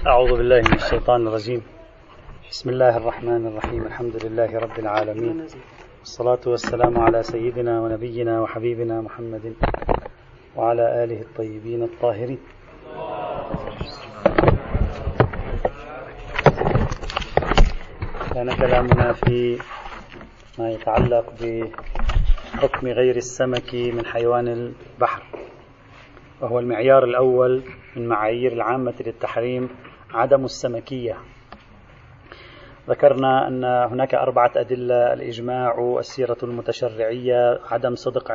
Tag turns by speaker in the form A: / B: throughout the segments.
A: أعوذ بالله من الشيطان الرجيم. بسم الله الرحمن الرحيم. الحمد لله رب العالمين، الصلاة والسلام على سيدنا ونبينا وحبيبنا محمد وعلى آله الطيبين الطاهرين. كان كلامنا في ما يتعلق بحكم غير السمك من حيوان البحر، وهو المعيار الأول من معايير العامة للتحريم عدم السمكية. ذكرنا أن هناك 4 أدلة: الإجماع، السيرة المتشرعية، عدم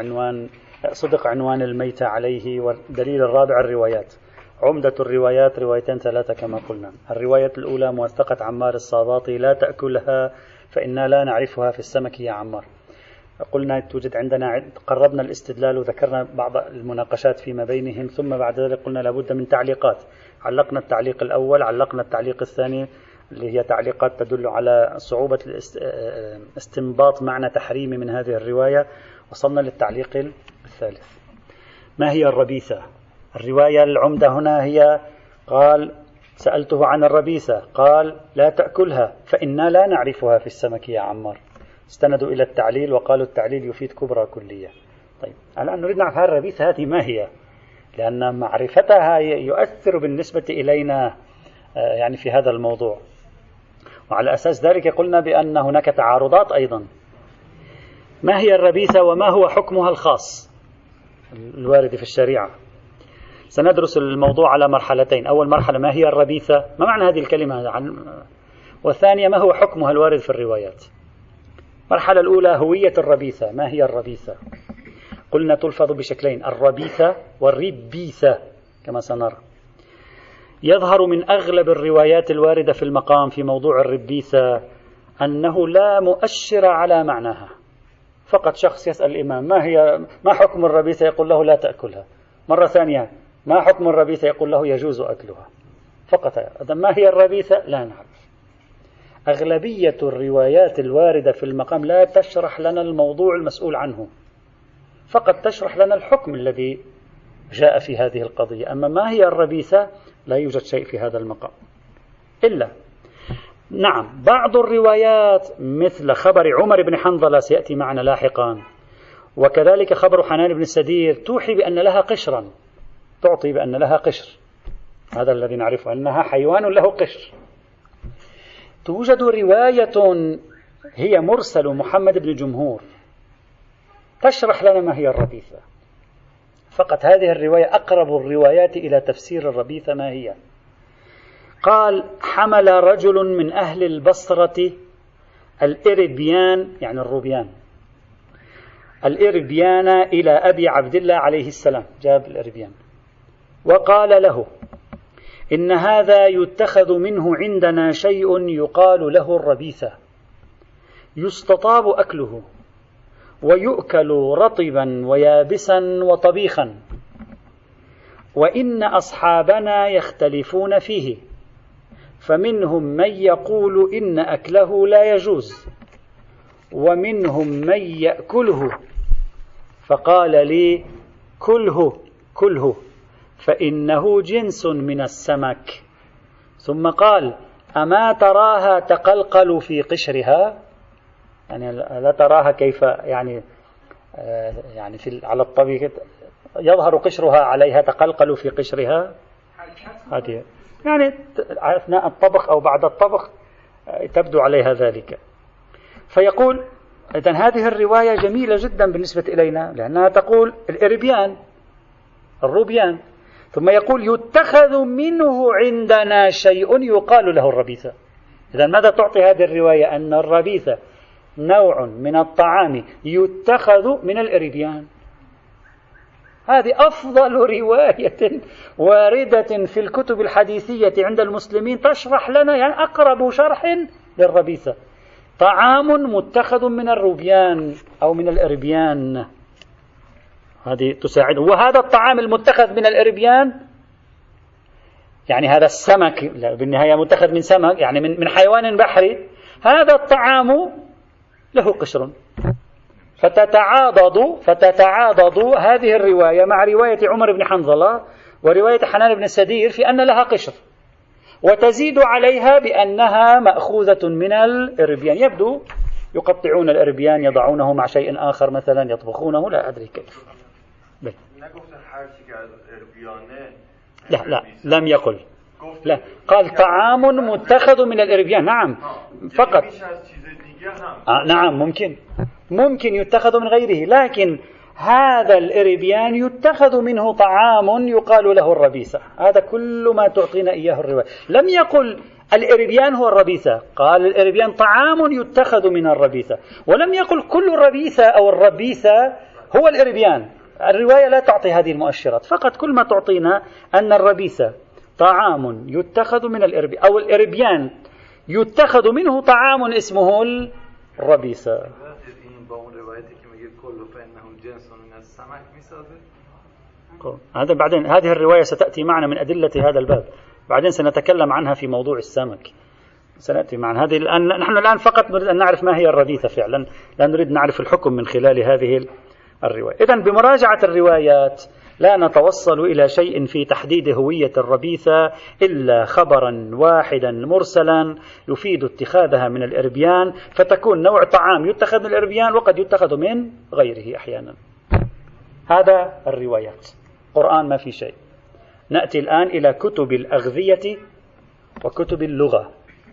A: صدق عنوان الميتة عليه، والدليل الرابع الروايات. عمدة الروايات 2 3 كما قلنا. الرواية الأولى موثقة عمار الصاباطي: لا تأكلها فإنا لا نعرفها في السمك يا عمار. قلنا توجد عندنا، قربنا الاستدلال وذكرنا بعض المناقشات فيما بينهم، ثم بعد ذلك قلنا لابد من تعليقات. علقنا التعليق الأول، علقنا التعليق الثاني اللي هي تعليقات تدل على صعوبة استنباط معنى تحريمي من هذه الرواية. وصلنا للتعليق الثالث: ما هي الربيثة؟ الرواية العمدة هنا هي قال: سألته عن الربيثة قال: لا تأكلها فإنا لا نعرفها في السمك يا عمار. استندوا إلى التعليل وقالوا التعليل يفيد كبرى كلية. طيب، الآن نريد نعرف الربيثة هذه ما هي، لأن معرفتها يؤثر بالنسبة إلينا يعني في هذا الموضوع. وعلى أساس ذلك قلنا بأن هناك تعارضات أيضا. ما هي الربيثة وما هو حكمها الخاص الوارد في الشريعة؟ سندرس الموضوع على مرحلتين: أول مرحلة ما هي الربيثة، ما معنى هذه الكلمة، والثانية ما هو حكمها الوارد في الروايات. المرحلة الأولى هوية الربيثة. ما هي الربيثة؟ قلنا تلفظ بشكلين: الربيثة والربيثة كما سنرى. يظهر من أغلب الروايات الواردة في المقام في موضوع الربيثة أنه لا مؤشر على معناها. فقط شخص يسأل الإمام: ما حكم الربيثة؟ يقول له: لا تأكلها. مرة ثانية: ما حكم الربيثة؟ يقول له: يجوز أكلها. فقط. ما هي الربيثة؟ لا نعرف. أغلبية الروايات الواردة في المقام لا تشرح لنا الموضوع المسؤول عنه، فقط تشرح لنا الحكم الذي جاء في هذه القضية. أما ما هي الربيثة لا يوجد شيء في هذا المقام إلا نعم بعض الروايات مثل خبر عمر بن حنظلة سيأتي معنا لاحقا، وكذلك خبر حنان بن السدير توحي بأن لها قشرا، تعطي بأن لها قشر. هذا الذي نعرفه، أنها حيوان له قشر. توجد رواية هي مرسل محمد بن جمهور تشرح لنا ما هي الربيثة. فقط هذه الرواية أقرب الروايات إلى تفسير الربيثة. ما هي؟ قال: حمل رجل من أهل البصرة الإربيان، يعني الروبيان، الإربيان إلى أبي عبد الله عليه السلام. جاب الإربيان وقال له: إن هذا يتخذ منه عندنا شيء يقال له الربيثة، يستطاب أكله ويؤكل رطبا ويابسا وطبيخا، وإن أصحابنا يختلفون فيه، فمنهم من يقول إن أكله لا يجوز، ومنهم من يأكله، فقال لي: كله فإنه جنس من السمك. ثم قال: أما تراها تقلقل في قشرها؟ يعني لا تراها كيف يعني على الطبيعة يظهر قشرها عليها، تقلقل في قشرها. هذه يعني أثناء الطبخ أو بعد الطبخ تبدو عليها ذلك. فيقول: إذن هذه الرواية جميلة جدا بالنسبة إلينا، لأنها تقول الإربيان الروبيان، ثم يقول: يتخذ منه عندنا شيء يقال له الربيثة. إذن ماذا تعطي هذه الرواية؟ أن الربيثة نوع من الطعام يتخذ من الإربيان. هذه أفضل رواية واردة في الكتب الحديثية عند المسلمين تشرح لنا، يعني أقرب شرح للربيثة: طعام متخذ من الروبيان أو من الإربيان. هذه تساعد. وهذا الطعام المتخذ من الإربيان يعني هذا السمك بالنهاية متخذ من سمك، يعني من حيوان بحري. هذا الطعام له قشر، فتتعاضد هذه الرواية مع رواية عمر بن حنظلة ورواية حنان بن السدير في أن لها قشر. وتزيد عليها بأنها مأخوذة من الإربيان. يبدو يقطعون الإربيان يضعونه مع شيء آخر مثلا يطبخونه، لا أدري كيف. لا لم يقل، لا قال طعام متخذ من الإربيان. نعم فقط. نعم ممكن يتخذ من غيره، لكن هذا الإربيان يتخذ منه طعام يقال له الربيثة. هذا كل ما تعطينا إياه الرواية. لم يقل الإربيان هو الربيثة، قال الإربيان طعام يتخذ من الربيثة، ولم يقل كل الربيثة أو الربيثة هو الإربيان. الرواية لا تعطي هذه المؤشرات، فقط كل ما تعطينا أن الربيثة طعام يتخذ من الإربيان، أو الإربيان يتخذ منه طعام اسمه الربيثة. هذا بعدين، هذه الرواية ستأتي معنا من أدلة هذا الباب، بعدين سنتكلم عنها في موضوع السمك، سنأتي معنا هذه الآن. نحن الآن فقط نريد أن نعرف ما هي الربيثة فعلا، لا نريد نعرف الحكم من خلال هذه الرواية. إذن بمراجعة الروايات لا نتوصل إلى شيء في تحديد هوية الربيثة إلا خبرا واحدا مرسلا يفيد اتخاذها من الإربيان، فتكون نوع طعام يتخذ من الإربيان وقد يتخذ من غيره أحيانا. هذا الروايات، قرآن ما في شيء. نأتي الآن إلى كتب الأغذية وكتب اللغة.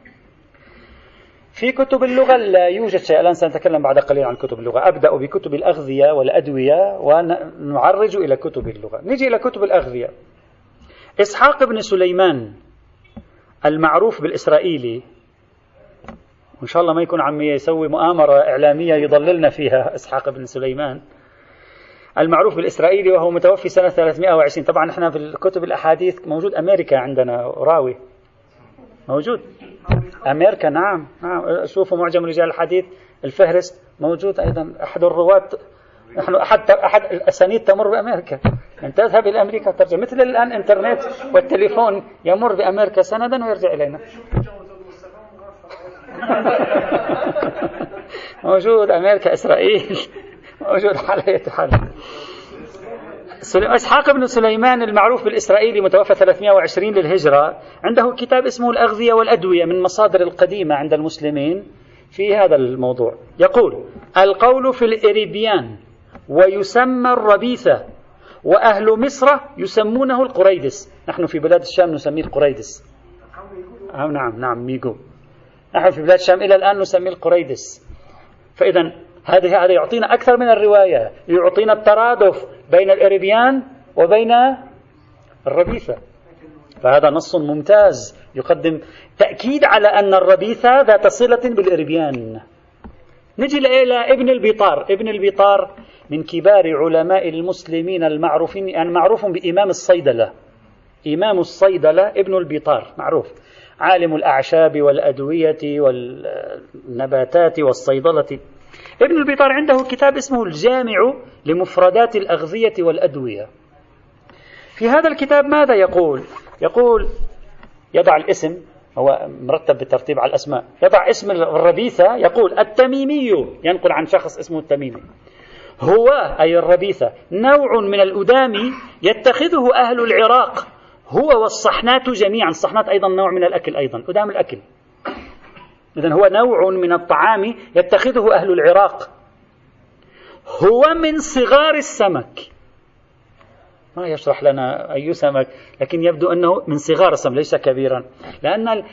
A: في كتب اللغة لا يوجد شيء، الآن سنتكلم بعد قليل عن كتب اللغة. أبدأ بكتب الأغذية والأدوية ونعرج إلى كتب اللغة. نجي إلى كتب الأغذية. إسحاق بن سليمان المعروف بالإسرائيلي، وإن شاء الله ما يكون عم يسوي مؤامرة إعلامية يضللنا فيها إسحاق بن سليمان المعروف بالإسرائيلي، وهو متوفي سنة 320. طبعا نحن في الكتب الأحاديث موجود أمريكا عندنا راوي موجود أمريكا. نعم شوفوا معجم رجال الحديث الفهرست موجود أيضا. أحد الرواة، نحن أحد الأسانيد تمر بأمريكا، أن تذهب إلى أمريكا ترجع، مثل الآن إنترنت والتليفون يمر بأمريكا سندا ويرجع إلينا. موجود أمريكا، إسرائيل موجود حالية حال. إسحاق بن سليمان المعروف بالإسرائيلي متوفى 320 للهجرة، عنده كتاب اسمه الأغذية والأدوية من مصادر القديمة عند المسلمين في هذا الموضوع. يقول: القول في الإريبيان ويسمى الربيثة، وأهل مصر يسمونه القريدس. نحن في بلاد الشام نسميه القريدس. نعم ميغو. نحن في بلاد الشام إلى الآن نسميه القريدس. فإذا هذا يعطينا أكثر من الرواية، يعطينا الترادف بين الإريبيان وبين الربيثة. فهذا نص ممتاز يقدم تأكيد على أن الربيثة ذات صلة بالإريبيان. نجي إلى ابن البيطار. ابن البيطار من كبار علماء المسلمين المعروفين، يعني معروف بإمام الصيدلة. إمام الصيدلة ابن البيطار معروف، عالم الأعشاب والأدوية والنباتات والصيدلة. ابن البيطار عنده كتاب اسمه الجامع لمفردات الأغذية والأدوية. في هذا الكتاب ماذا يقول؟ يقول يضع الاسم، هو مرتب بالترتيب على الأسماء، يضع اسم الربيثة، يقول التميمي، ينقل عن شخص اسمه التميمي، هو أي الربيثة نوع من الأدامي يتخذه أهل العراق، هو والصحنات جميعا. الصحنات أيضا نوع من الأكل، أيضا أدام الأكل. إذن هو نوع من الطعام يتخذه أهل العراق، هو من صغار السمك. ما يشرح لنا أي سمك، لكن يبدو أنه من صغار السمك ليس كبيرا، لأن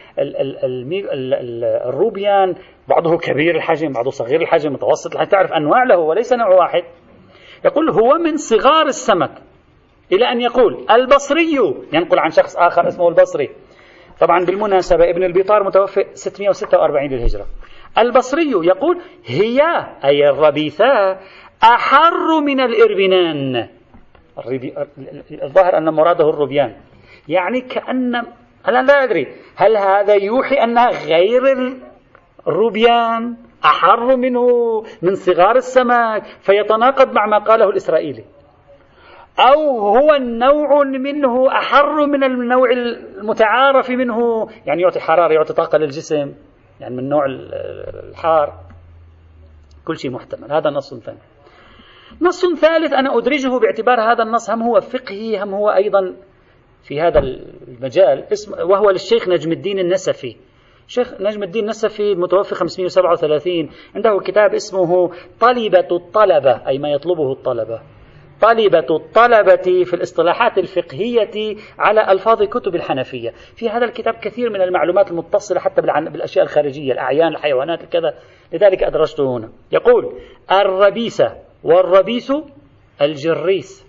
A: الروبيان بعضه كبير الحجم، بعضه صغير الحجم، متوسط الحجم، تعرف أنواع له وليس نوع واحد. يقول هو من صغار السمك، إلى أن يقول البصري، ينقل عن شخص آخر اسمه البصري. طبعا بالمناسبة ابن البيطار متوفى 646 للهجرة. البصري يقول هي أي الربيثة أحر من الإربنان. الظاهر أن مراده الروبيان، يعني كأن، أنا لا أدري هل هذا يوحي أنها غير الروبيان، أحر منه، من صغار السمك، فيتناقض مع ما قاله الإسرائيلي، أو هو النوع منه أحر من النوع المتعارف منه، يعني يعطي حرارة، يعطي طاقة للجسم، يعني من نوع الحار. كل شيء محتمل. هذا نص ثاني. نص ثالث أنا أدرجه باعتبار هذا النص هم هو فقهي، هم هو أيضا في هذا المجال وهو للشيخ نجم الدين النسفي. شيخ نجم الدين النسفي المتوفي 537 عنده كتاب اسمه طلبة الطلبة، أي ما يطلبه الطلبة، طلبة الطلبة في الاصطلاحات الفقهية على ألفاظ كتب الحنفية. في هذا الكتاب كثير من المعلومات المتصلة حتى بالأشياء الخارجية، الأعيان، الحيوانات، كذا، لذلك أدرجته هنا. يقول: الربيثة والربيث الجريث.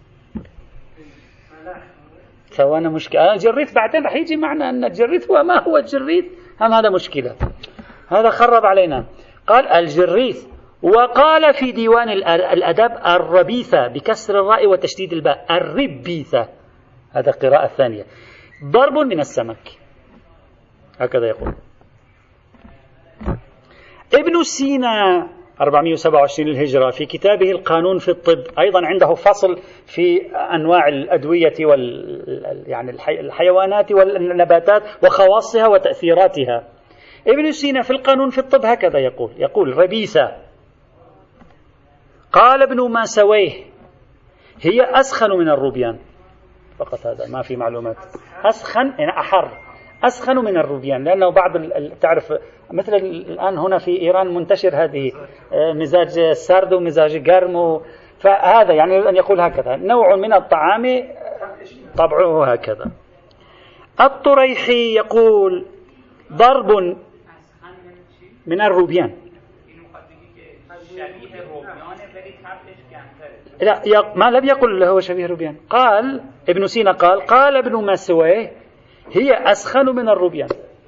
A: ثوانا مشكلة. الجريث بعدين رح يجي معنا أن الجريث هو ما هو الجريث، هم هذا مشكلة، هذا خرب علينا. قال الجريث، وقال في ديوان الأدب الربيثة بكسر الراء وتشديد الباء، الربيثة، هذا قراءة ثانية، ضرب من السمك، هكذا يقول. ابن سينا 427 للهجرة في كتابه القانون في الطب أيضا عنده فصل في أنواع الأدوية يعني الحيوانات والنباتات وخواصها وتأثيراتها. ابن سينا في القانون في الطب هكذا يقول ربيثة. قال ابن ماسويه: هي أسخن من الروبيان. فقط هذا، ما في معلومات. أسخن يعني أحر، أسخن من الروبيان، لأنه بعض تعرف مثل الآن هنا في إيران منتشر هذه مزاج سرد ومزاج قرم، فهذا يعني أن يقول هكذا نوع من الطعام طبعه هكذا. الطريحي يقول: ضرب من الروبيان. لا، ما لم يقل هو شبيه الروبيان. قال ابن سينا قال ابن ماسويه: هي أسخن من الروبيان.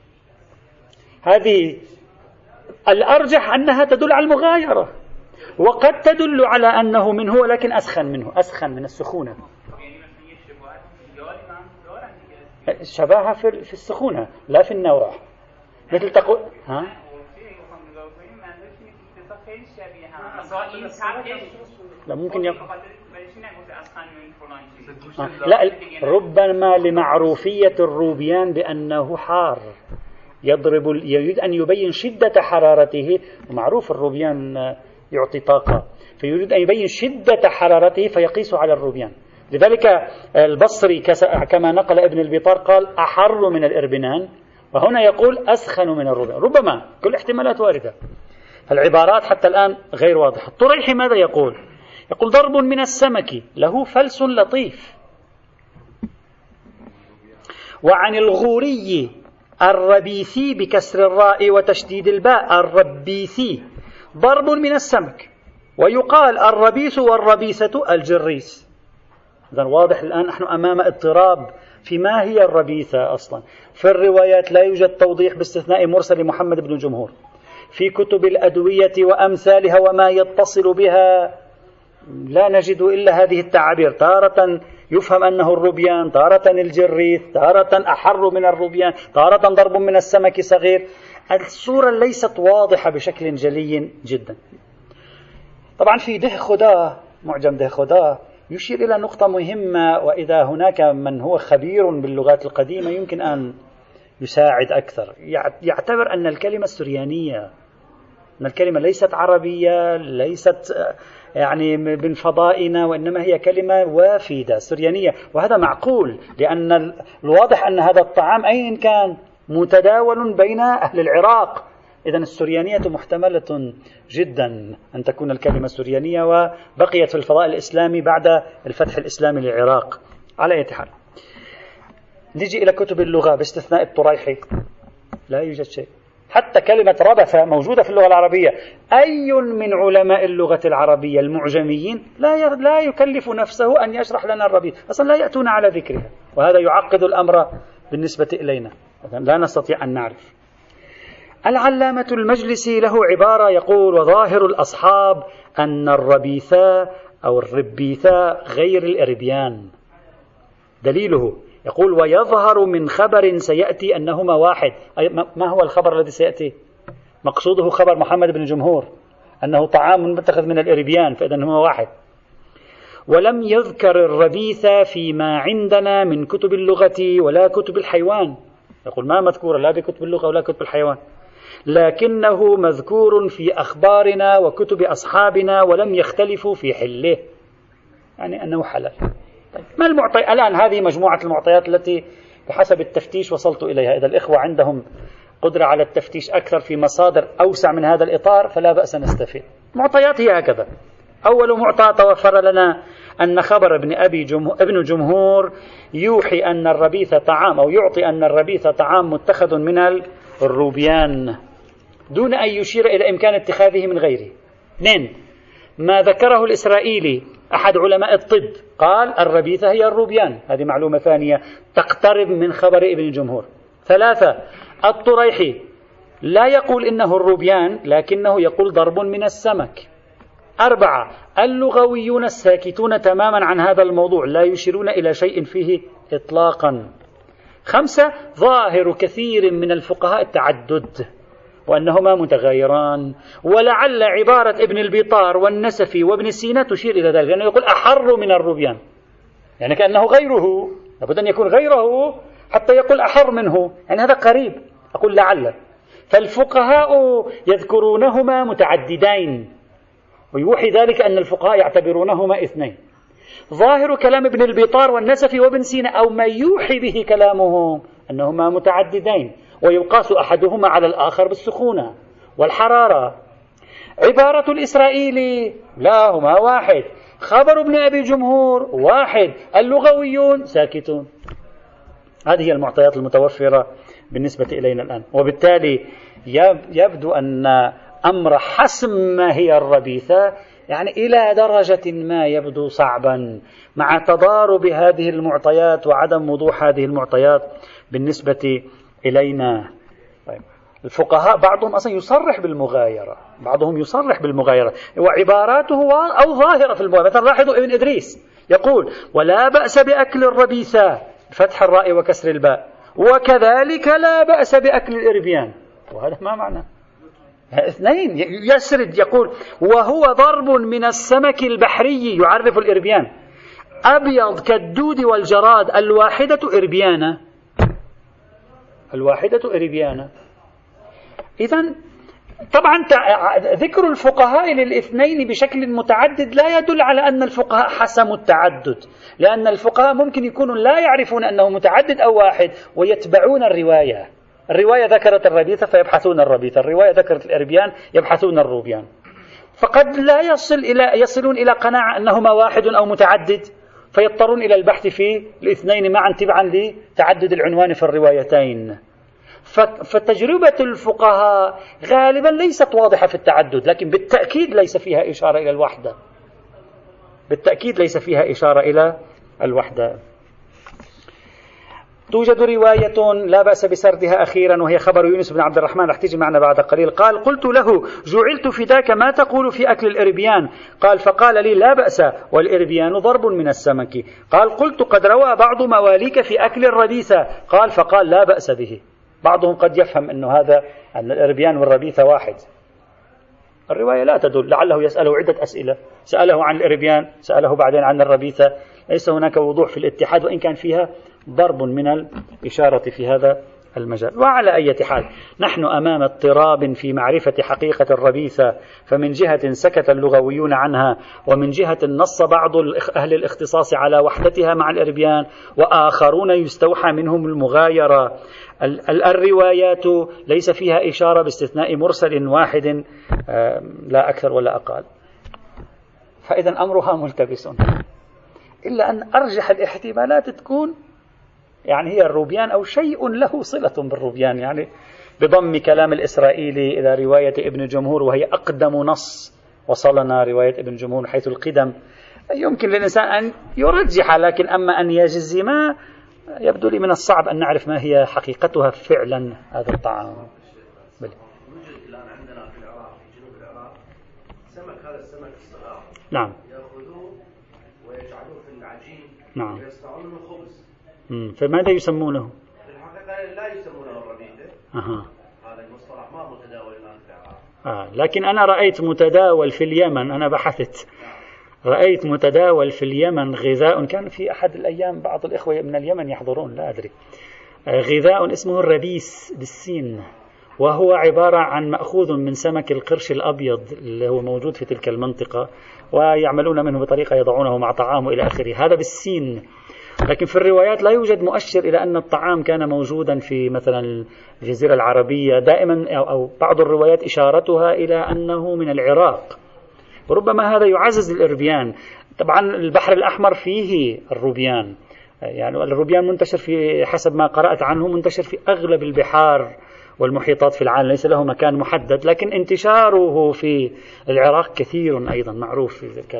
A: هذه الأرجح أنها تدل على المغايرة، وقد تدل على أنه منه ولكن أسخن منه، أسخن من السخونة. شبهها في السخونة لا في النوع، مثل تقول لا ممكن لا، ربما لمعروفية الروبيان بأنه حار، يريد أن يبين شدة حرارته، ومعروف الروبيان يعطي طاقة، فيريد أن يبين شدة حرارته فيقيس على الروبيان. لذلك البصري كما نقل ابن البطار قال: أحر من الإربنان، وهنا يقول أسخن من الروبيان. ربما كل احتمالات واردة، العبارات حتى الآن غير واضحة. الطريحي ماذا يقول؟ يقول: ضرب من السمك له فلس لطيف. وعن الغوري الربيثي بكسر الراء وتشديد الباء، الربيثي، ضرب من السمك. ويقال الربيث والربيثة الجريس. إذن واضح الآن نحن أمام اضطراب في ما هي الربيثة أصلا. في الروايات لا يوجد توضيح باستثناء مرسل محمد بن جمهور. في كتب الأدوية وأمثالها وما يتصل بها لا نجد إلا هذه التعابير، تارة يفهم أنه الروبيان، تارة الجريث، تارة أحر من الروبيان، تارة ضرب من السمك صغير. الصورة ليست واضحة بشكل جلي جدا. طبعا في ده خدا، معجم ده خدا، يشير إلى نقطة مهمة، وإذا هناك من هو خبير باللغات القديمة يمكن أن يساعد أكثر. يعتبر أن الكلمة السريانية، أن الكلمة ليست عربية، ليست يعني من فضائنا، وإنما هي كلمة وافدة سريانية، وهذا معقول لأن الواضح أن هذا الطعام أين كان متداول بين أهل العراق. إذن السريانية محتملة جدا أن تكون الكلمة سريانية وبقيت في الفضاء الإسلامي بعد الفتح الإسلامي للعراق. على أي حال، نجي إلى كتب اللغة باستثناء الطريحي لا يوجد شيء. حتى كلمة ربث موجودة في اللغة العربية. أي من علماء اللغة العربية المعجميين لا يكلف نفسه أن يشرح لنا الربيث، أصلا لا يأتون على ذكرها، وهذا يعقد الأمر بالنسبة إلينا، لا نستطيع أن نعرف. العلامة المجلسي له عبارة يقول: وظاهر الأصحاب أن الربيثة أو الربيثة غير الإربيان. دليله يقول: ويظهر من خبر سيأتي أنهما واحد. ما هو الخبر الذي سيأتي؟ مقصوده خبر محمد بن جمهور أنه طعام متخذ من الإربيان، فإذن هو واحد. ولم يذكر الربيثة فيما عندنا من كتب اللغة ولا كتب الحيوان. يقول ما مذكورة لا بكتب اللغة ولا كتب الحيوان، لكنه مذكور في أخبارنا وكتب أصحابنا ولم يختلفوا في حله، يعني أنه حلال. طيب ما الآن هذه مجموعة المعطيات التي بحسب التفتيش وصلت إليها. إذا الإخوة عندهم قدرة على التفتيش أكثر في مصادر أوسع من هذا الإطار فلا بأس نستفيد. معطيات هي هكذا. أول معطى توفر لنا أن خبر ابن جمهور يوحي أن الربيث طعام، أو يعطي أن الربيث طعام متخذ من الروبيان دون أن يشير إلى إمكان اتخاذه من غيره. 2. ما ذكره الإسرائيلي أحد علماء الطب قال الربيثة هي الروبيان، هذه معلومة ثانية تقترب من خبر ابن جمهور. 3. الطريحي لا يقول إنه الروبيان لكنه يقول ضرب من السمك. 4. اللغويون الساكتون تماما عن هذا الموضوع لا يشيرون إلى شيء فيه إطلاقا. 5. ظاهر كثير من الفقهاء التعدد وأنهما متغايران، ولعل عبارة ابن البيطار والنسفي وابن سينا تشير إلى ذلك، لأنه يقول أحر من الروبيان، يعني كأنه غيره، لابد أن يكون غيره حتى يقول أحر منه، يعني هذا قريب. أقول لعل، فالفقهاء يذكرونهما متعددين ويوحي ذلك أن الفقهاء يعتبرونهما اثنين. ظاهر كلام ابن البيطار والنسفي وابن سينا أو ما يوحي به كلامهم أنهما متعددين ويقاس أحدهما على الآخر بالسخونة والحرارة. عبارة الإسرائيلي لا، هما واحد. خبر ابن أبي جمهور واحد. اللغويون ساكتون. هذه هي المعطيات المتوفرة بالنسبة إلينا الآن، وبالتالي يبدو أن أمر حسم ما هي الربيثة يعني إلى درجة ما يبدو صعبا مع تضارب هذه المعطيات وعدم وضوح هذه المعطيات بالنسبة إلينا. طيب. الفقهاء بعضهم أصلا يصرح بالمغايرة، بعضهم يصرح بالمغايرة وعباراته أو ظاهرة في المغايرة. مثلا لاحظوا ابن إدريس يقول ولا بأس بأكل الربيثة بفتح الراء وكسر الباء، وكذلك لا بأس بأكل الإربيان. وهذا ما معنى؟ اثنين. يسرد يقول وهو ضرب من السمك البحري يعرف الإربيان أبيض كالدود والجراد، الواحدة إربيانة، الواحدة إربيانة. إذن طبعا ذكر الفقهاء للاثنين بشكل متعدد لا يدل على أن الفقهاء حسموا التعدد، لأن الفقهاء ممكن يكونوا لا يعرفون أنه متعدد أو واحد ويتبعون الرواية. الرواية ذكرت الربيثة فيبحثون الربيثة، الرواية ذكرت الإربيان يبحثون الروبيان، فقد لا يصلون إلى قناعة أنهما واحد أو متعدد فيضطرون إلى البحث في الاثنين معا تبعا لتعدد العنوان في الروايتين. فتجربة الفقهاء غالبا ليست واضحة في التعدد، لكن بالتأكيد ليس فيها إشارة إلى الوحدة، بالتأكيد ليس فيها إشارة إلى الوحدة. توجد رواية لا بأس بسردها أخيرا وهي خبر يونس بن عبد الرحمن، رح تيجي معنا بعد قليل. قال قلت له جعلت فداك ما تقول في أكل الإربيان؟ قال فقال لي لا بأس والإربيان ضرب من السمك. قال قلت قد روى بعض مواليك في أكل الربيثة. قال فقال لا بأس به. بعضهم قد يفهم أنه هذا أن الإربيان والربيثة واحد، الرواية لا تدل، لعله يسأله عدة أسئلة، سأله عن الإربيان، سأله بعدين عن الربيثة، ليس هناك وضوح في الاتحاد وإن كان فيها ضرب من الإشارة في هذا المجال. وعلى أي حال نحن أمام اضطراب في معرفة حقيقة الربيثة، فمن جهة سكت اللغويون عنها، ومن جهة نص بعض أهل الاختصاص على وحدتها مع الإربيان، وآخرون يستوحى منهم المغايرة. الروايات ليس فيها إشارة باستثناء مرسل واحد لا أكثر ولا أقل، فإذا أمرها ملتبس، إلا أن أرجح الاحتمالات تكون يعني هي الروبيان أو شيء له صلة بالروبيان، يعني بضم كلام الإسرائيلي إلى رواية ابن جمهور وهي أقدم نص وصلنا رواية ابن جمهور حيث القدم، يمكن للإنسان أن يرجح، لكن أما أن يجزم يبدو لي من الصعب أن نعرف ما هي حقيقتها فعلا هذا الطعام.
B: يوجد الآن عندنا في العراق في جنوب العراق سمك، هذا السمك الصغار
A: نعم
B: يأخذوه ويجعلوه في العجين
A: نعم
B: ويصنعون منه خبز.
A: فماذا يسمونه؟
B: في الحقيقة لا يسمونه الربيثة. هذا المصطلح ما متداول الآن في العراق.
A: لكن أنا رأيت متداول في اليمن، أنا بحثت رأيت متداول في اليمن غذاء، كان في أحد الأيام بعض الإخوة من اليمن يحضرون لا أدري، غذاء اسمه الربيس بالسين، وهو عبارة عن مأخوذ من سمك القرش الأبيض اللي هو موجود في تلك المنطقة، ويعملون منه بطريقة يضعونه مع طعام إلى آخره. هذا بالسين. لكن في الروايات لا يوجد مؤشر إلى أن الطعام كان موجودا في مثلا الجزيرة العربية دائما، أو بعض الروايات إشارتها إلى أنه من العراق، وربما هذا يعزز الإربيان. طبعا البحر الأحمر فيه الروبيان، يعني الروبيان منتشر في حسب ما قرأت عنه منتشر في أغلب البحار والمحيطات في العالم، ليس له مكان محدد، لكن انتشاره في العراق كثير أيضا معروف في ذلك.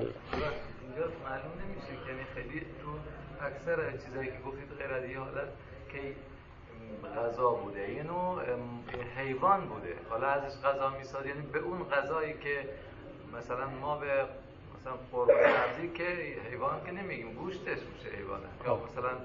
C: اکثر چیزایی که گفتید غیر از این حالت که غذا بوده، یه نوع حیوان بوده، حالا ازش غذا میساد، یعنی به اون غذایی که مثلا ما به مثلا قرمه سبزی که حیوان که نمیگیم، گوشتش میشه حیوانه، یا مثلا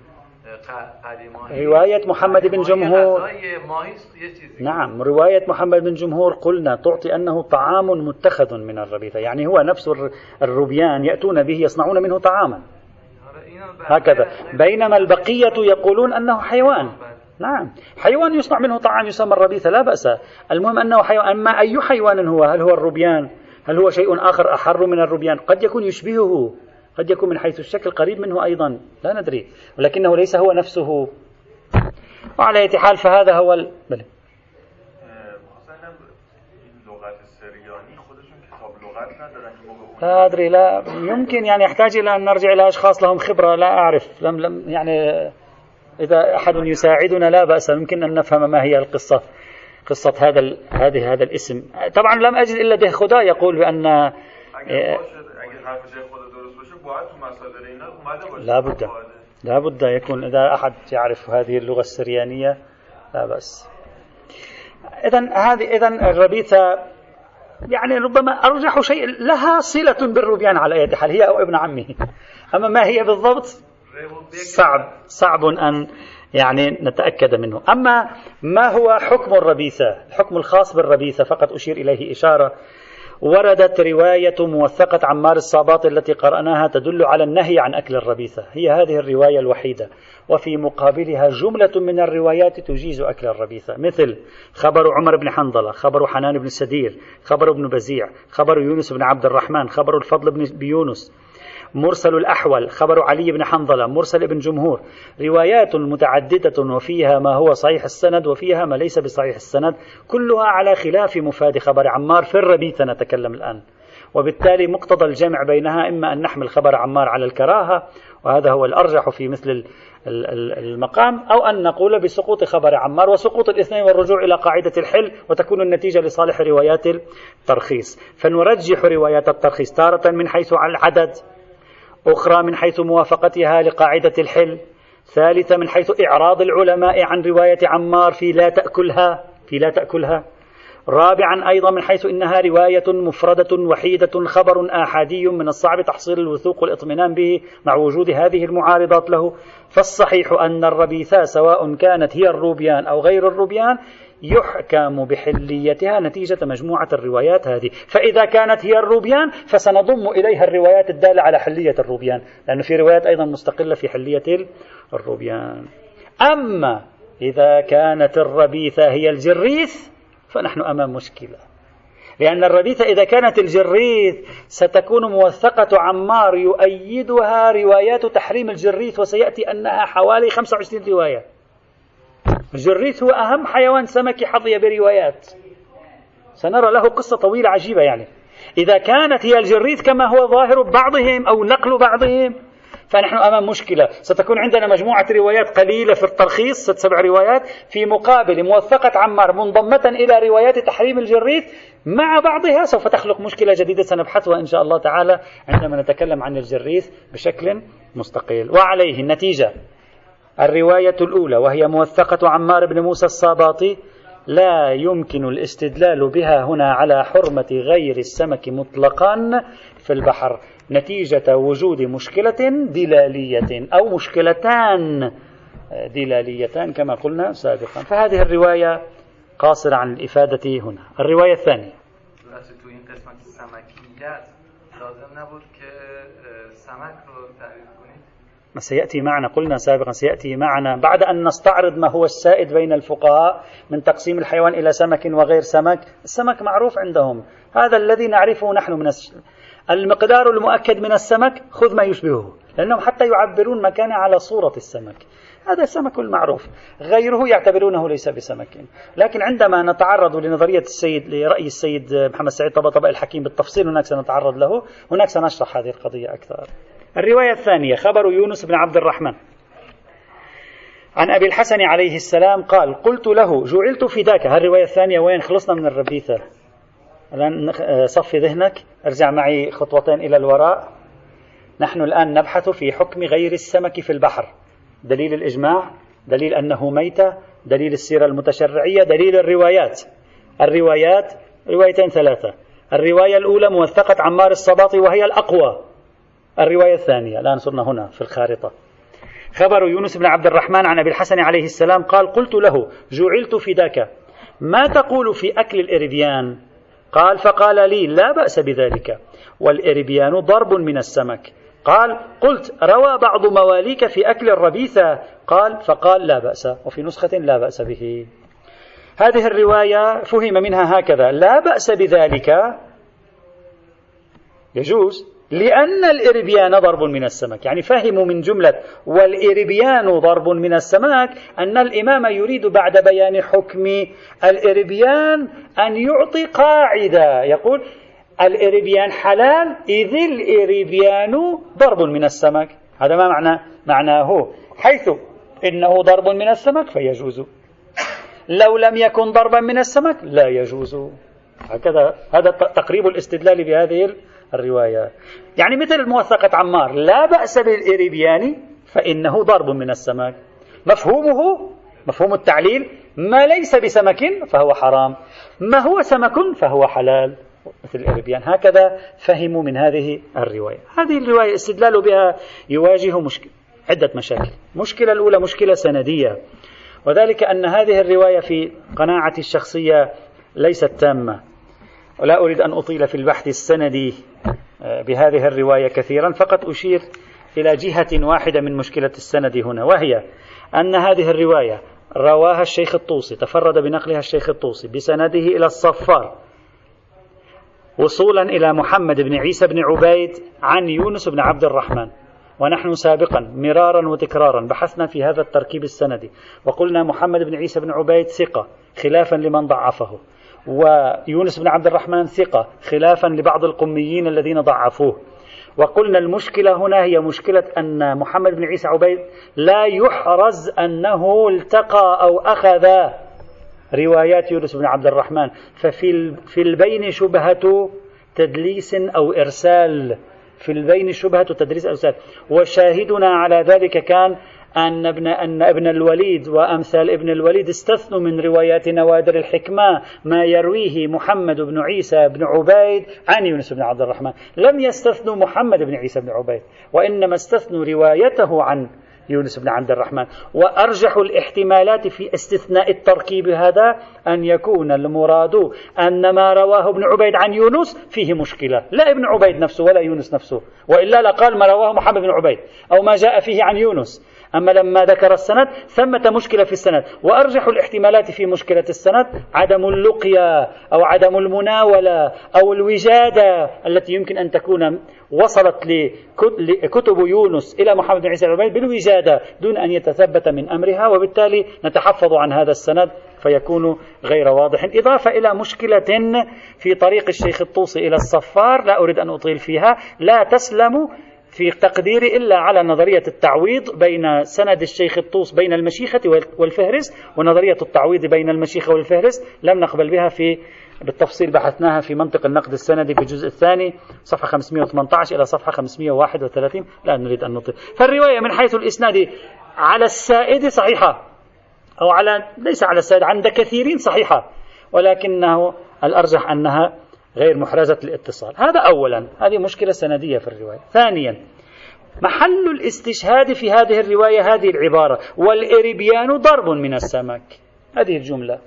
A: رواية محمد بن جمهور، نعم رواية محمد بن جمهور قلنا تعطي أنه طعام متخذ من الربيثة، يعني هو نفس الروبيان يأتون به يصنعون منه طعاما هكذا، بينما البقية يقولون أنه حيوان. نعم حيوان يصنع منه طعام يسمى الربيثة لا بأس، المهم أنه حيوان. أما أي حيوان هو؟ هل هو الروبيان؟ هل هو شيء آخر أحر من الروبيان؟ قد يكون يشبهه، قد يكون من حيث الشكل قريب منه أيضا، لا ندري، ولكنه ليس هو نفسه. وعلى أي حال فهذا هو بله. لا أدري، لا يمكن، يعني يحتاج إلى أن نرجع إلى أشخاص لهم خبرة، لا أعرف، لم يعني إذا أحد يساعدنا لا بأس، يمكن أن نفهم ما هي القصة، قصة هذا الاسم. طبعا لم أجد إلا ده خدا يقول بأن لا بد يكون، إذا أحد يعرف هذه اللغة السريانية لا بأس. إذن الربيثة يعني ربما أرجح شيء لها صلة بالروبيان على أي حال، هي أو ابن عمه، أما ما هي بالضبط صعب أن يعني نتأكد منه. أما ما هو حكم الربيثة، الحكم الخاص بالربيثة فقط أشير إليه إشارة. وردت رواية موثقة عمار الصاباطي التي قرأناها تدل على النهي عن أكل الربيثة، هي هذه الرواية الوحيدة، وفي مقابلها جملة من الروايات تجيز أكل الربيثة، مثل خبر عمر بن حنظلة، خبر حنان بن سدير، خبر ابن بزيع، خبر يونس بن عبد الرحمن، خبر الفضل بن بيونس، مرسل الأحول، خبر علي بن حنظلة، مرسل ابن جمهور، روايات متعددة وفيها ما هو صحيح السند وفيها ما ليس بصحيح السند، كلها على خلاف مفاد خبر عمار في الربيثة نتكلم الآن. وبالتالي مقتضى الجمع بينها إما أن نحمل خبر عمار على الكراهة، وهذا هو الأرجح في مثل المقام، أو أن نقول بسقوط خبر عمار وسقوط الاثنين والرجوع إلى قاعدة الحل، وتكون النتيجة لصالح روايات الترخيص. فنرجح روايات الترخيص تارة من حيث العدد، أخرى من حيث موافقتها لقاعدة الحل، ثالثة من حيث إعراض العلماء عن رواية عمار في لا تأكلها، رابعا أيضا من حيث إنها رواية مفردة وحيدة، خبر آحادي من الصعب تحصيل الوثوق والإطمئنان به مع وجود هذه المعارضات له. فالصحيح أن الربيثة سواء كانت هي الروبيان أو غير الروبيان يحكم بحليتها نتيجة مجموعة الروايات هذه. فإذا كانت هي الروبيان فسنضم إليها الروايات الدالة على حلية الروبيان، لأنه في روايات أيضا مستقلة في حلية الروبيان. أما إذا كانت الربيثة هي الجريث فنحن أمام مشكلة، لأن الربيثة إذا كانت الجريث ستكون موثقة عمار يؤيدها روايات تحريم الجريث، وسيأتي أنها حوالي 25 رواية. الجريث هو أهم حيوان سمكي حظي بروايات، سنرى له قصة طويلة عجيبة. يعني إذا كانت هي الجريث كما هو ظاهر بعضهم أو نقل بعضهم فنحن أمام مشكلة. ستكون عندنا مجموعة روايات قليلة في الترخيص 6-7 روايات، في مقابل موثقة عمار منضمة إلى روايات تحريم الجريث مع بعضها، سوف تخلق مشكلة جديدة سنبحثها إن شاء الله تعالى عندما نتكلم عن الجريث بشكل مستقل. وعليه النتيجة الرواية الأولى وهي موثقة عمار بن موسى الصاباطي لا يمكن الاستدلال بها هنا على حرمة غير السمك مطلقا في البحر نتيجة وجود مشكلة دلالية أو مشكلتان دلاليتان كما قلنا سابقا. فهذه الرواية قاصرة عن الإفادة هنا. الرواية الثانية سيأتي معنا، قلنا سابقا سيأتي معنا بعد أن نستعرض ما هو السائد بين الفقهاء من تقسيم الحيوان إلى سمك وغير سمك. السمك معروف عندهم، هذا الذي نعرفه نحن من المقدار المؤكد من السمك خذ ما يشبهه، لأنهم حتى يعبرون مكانه على صورة السمك، هذا السمك المعروف، غيره يعتبرونه ليس بسمك. لكن عندما نتعرض لنظرية لرأي السيد محمد سعيد طباطبائي الحكيم بالتفصيل، هناك سنتعرض له، هناك سنشرح هذه القضية أكثر. الرواية الثانية خبر يونس بن عبد الرحمن عن أبي الحسن عليه السلام قال قلت له جعلت فداك. هالرواية الثانية وين؟ خلصنا من الربيثة، الآن صفي ذهنك، ارجع معي خطوتين إلى الوراء. نحن الآن نبحث في حكم غير السمك في البحر، دليل الإجماع، دليل أنه ميتة، دليل السيرة المتشرعية، دليل الروايات. الروايات روايتين ثلاثة. الرواية الأولى موثقة عمار الصباطي وهي الأقوى. الرواية الثانية الآن صرنا هنا في الخارطة. خبر يونس بن عبد الرحمن عن أبي الحسن عليه السلام قال قلت له جعلت فداك ما تقول في أكل الإربيان؟ قال فقال لي لا بأس بذلك، والإربيان ضرب من السمك. قال قلت روى بعض مواليك في أكل الربيثة؟ قال فقال لا بأس، وفي نسخة لا بأس به. هذه الرواية فهم منها هكذا: لا بأس بذلك يجوز لأن الإربيان ضرب من السمك، يعني فهموا من جملة والإربيان ضرب من السمك أن الإمام يريد بعد بيان حكم الإربيان أن يعطي قاعدة، يقول الإربيان حلال إذ الإربيان ضرب من السمك. هذا ما معناه، حيث إنه ضرب من السمك فيجوز، لو لم يكن ضربا من السمك لا يجوز. هكذا هذا تقريب الاستدلال بهذه الرواية. يعني مثل موثقة عمار لا بأس بالإربيان فإنه ضرب من السمك، مفهومه مفهوم التعليل ما ليس بسمك فهو حرام، ما هو سمك فهو حلال مثل الإربيان. هكذا فهموا من هذه الرواية. هذه الرواية استدلال بها يواجه عدة مشاكل. المشكلة الأولى مشكلة سندية، وذلك أن هذه الرواية في قناعتي الشخصية ليست تامة، ولا أريد أن أطيل في البحث السندي بهذه الرواية كثيرا، فقط أشير إلى جهة واحدة من مشكلة السند هنا، وهي أن هذه الرواية رواها الشيخ الطوسي، تفرد بنقلها الشيخ الطوسي بسنده إلى الصفار وصولا إلى محمد بن عيسى بن عبيد عن يونس بن عبد الرحمن. ونحن سابقا مرارا وتكرارا بحثنا في هذا التركيب السندي، وقلنا محمد بن عيسى بن عبيد ثقة خلافا لمن ضعفه، ويونس بن عبد الرحمن ثقة خلافا لبعض القميين الذين ضعفوه. وقلنا المشكلة هنا هي مشكلة أن محمد بن عيسى عبيد لا يحرز أنه التقى أو أخذ روايات يونس بن عبد الرحمن، ففي البين شبهة تدليس أو إرسال، في البين شبهة تدليس أو إرسال. وشاهدنا على ذلك كان أن ابن الوليد وأمثال ابن الوليد استثنوا من روايات نوادر الحكمة ما يرويه محمد بن عيسى بن عبيد عن يونس بن عبد الرحمن، لم يستثنوا محمد بن عيسى بن عبيد، وإنما استثنوا روايته عن يونس بن عبد الرحمن. وأرجح الاحتمالات في استثناء التركيب هذا أن يكون المراد أن ما رواه ابن عبيد عن يونس فيه مشكلة، لا ابن عبيد نفسه ولا يونس نفسه، وإلا لقال ما رواه محمد بن عبيد أو ما جاء فيه عن يونس. أما لما ذكر السند ثمة مشكلة في السند. وأرجح الاحتمالات في مشكلة السند عدم اللقيا أو عدم المناولة أو الوجادة التي يمكن أن تكون وصلت لكتب يونس إلى محمد بن عيسى العبيد بالوجادة دون أن يتثبت من أمرها، وبالتالي نتحفظ عن هذا السند فيكون غير واضح. إضافة إلى مشكلة في طريق الشيخ الطوسي إلى الصفار لا أريد أن أطيل فيها، لا تسلم في تقديري إلا على نظرية التعويض بين سند الشيخ الطوس بين المشيخة والفهرس، ونظرية التعويض بين المشيخة والفهرس لم نقبل بها بالتفصيل، بحثناها في منطق النقد السندي في الجزء الثاني صفحة 518 إلى صفحة 531، لا نريد أن نطيل. فالرواية من حيث الإسناد على السائد صحيحة، أو ليس على السائد، عند كثيرين صحيحة، ولكنه الأرجح أنها غير محرزة الاتصال. هذا أولا، هذه مشكلة سندية في الرواية. ثانيا محل الاستشهاد في هذه الرواية هذه العبارة والإربيان ضرب من السمك، هذه الجملة.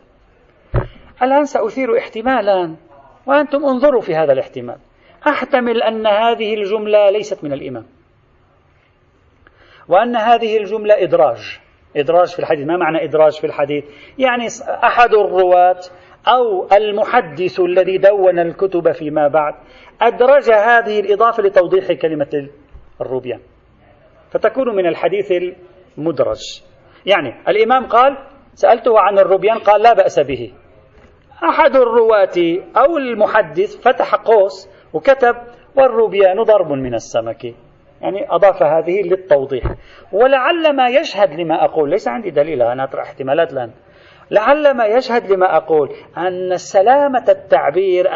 A: الآن سأثير احتمالا وأنتم انظروا في هذا الاحتمال. أحتمل أن هذه الجملة ليست من الإمام، وأن هذه الجملة إدراج في الحديث. ما معنى إدراج في الحديث؟ يعني أحد الرواة أو المحدث الذي دون الكتب فيما بعد أدرج هذه الإضافة لتوضيح كلمة الروبيان، فتكون من الحديث المدرج. يعني الإمام قال سألته عن الروبيان قال لا بأس به، أحد الرواة أو المحدث فتح قوس وكتب والروبيان ضرب من السمك، يعني أضاف هذه للتوضيح. ولعل ما يشهد لما أقول، ليس عندي دليل، أنا أطرح احتمالات الآن، لعل ما يشهد لما أقول أن سلامة التعبير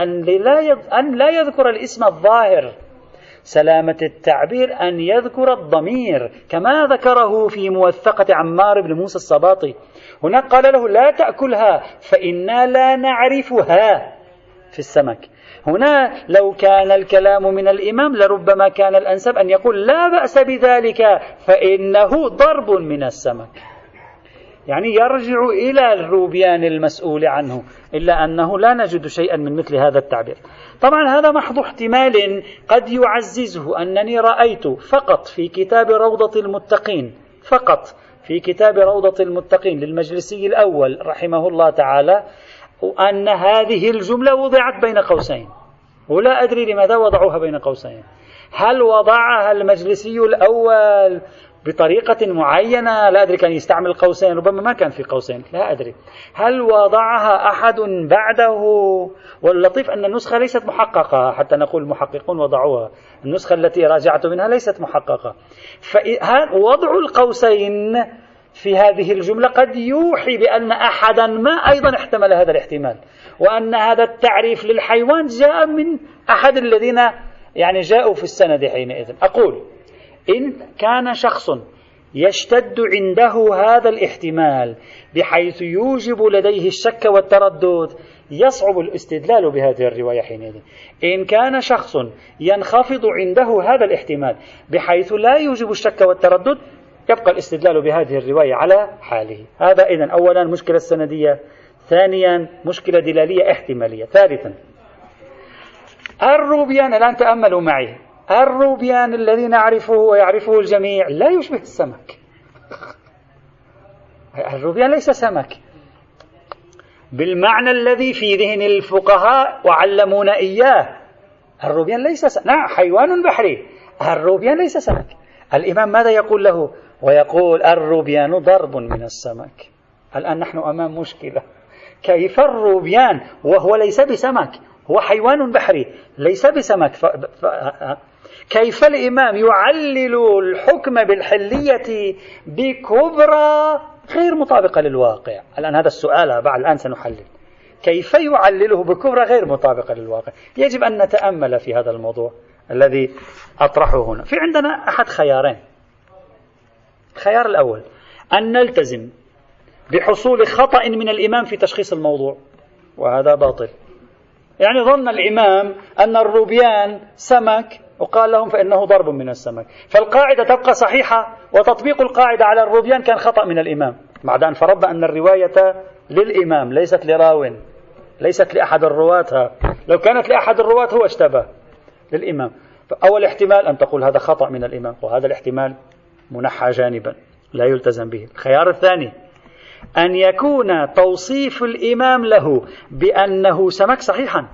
A: أن لا يذكر الاسم الظاهر، سلامة التعبير أن يذكر الضمير كما ذكره في موثقة عمار بن موسى الصباطي. هناك قال له لا تأكلها فإنا لا نعرفها في السمك. هنا لو كان الكلام من الإمام لربما كان الأنسب أن يقول لا بأس بذلك فإنه ضرب من السمك، يعني يرجع إلى الروبيان المسؤول عنه، إلا أنه لا نجد شيئا من مثل هذا التعبير. طبعا هذا محض احتمال قد يعززه أنني رأيت فقط في كتاب روضة المتقين، فقط في كتاب روضة المتقين للمجلسي الأول رحمه الله تعالى، وأن هذه الجملة وضعت بين قوسين، ولا أدري لماذا وضعوها بين قوسين. هل وضعها المجلسي الأول بطريقة معينة؟ لا أدري، كان يستعمل قوسين، ربما ما كان في قوسين، لا أدري. هل وضعها أحد بعده؟ واللطيف أن النسخة ليست محققة، حتى نقول المحققون وضعوها، النسخة التي راجعت منها ليست محققة. فوضع القوسين في هذه الجملة قد يوحي بأن أحدا ما أيضا احتمل هذا الاحتمال، وأن هذا التعريف للحيوان جاء من أحد الذين يعني جاءوا في السند حينئذ. أقول إن كان شخص يشتد عنده هذا الاحتمال بحيث يوجب لديه الشك والتردد يصعب الاستدلال بهذه الرواية حينئذ. إن كان شخص ينخفض عنده هذا الاحتمال بحيث لا يوجب الشك والتردد يبقى الاستدلال بهذه الرواية على حاله. هذا إذن أولا مشكلة سندية، ثانيا مشكلة دلالية احتمالية، ثالثا الروبيان. الآن تأملوا معي، الروبيان الذي نعرفه ويعرفه الجميع لا يشبه السمك. الروبيان ليس سمك بالمعنى الذي في ذهن الفقهاء وعلمونا إياه. الروبيان ليس سمك، نعم حيوان بحري، الروبيان ليس سمك. الإمام ماذا يقول له؟ ويقول الروبيان ضرب من السمك. الآن نحن أمام مشكلة، كيف الروبيان وهو ليس بسمك، هو حيوان بحري ليس بسمك، كيف الإمام يعلل الحكم بالحلية بكبرى غير مطابقة للواقع؟ الآن هذا السؤال بعد الآن سنحلل، كيف يعلله بكبرى غير مطابقة للواقع؟ يجب أن نتأمل في هذا الموضوع الذي أطرحه هنا. في عندنا أحد خيارين. الخيار الأول أن نلتزم بحصول خطأ من الإمام في تشخيص الموضوع، وهذا باطل. يعني ظن الإمام أن الروبيان سمك وقال لهم فإنه ضرب من السمك، فالقاعدة تبقى صحيحة وتطبيق القاعدة على الروبيان كان خطأ من الإمام، بعد أن فرضنا أن الرواية للإمام ليست لراو، ليست لأحد الرواة. لو كانت لأحد الرواة هو اشتبه للإمام. فأول احتمال أن تقول هذا خطأ من الإمام، وهذا الاحتمال منحى جانبا لا يلتزم به. الخيار الثاني أن يكون توصيف الإمام له بأنه سمك صحيحا،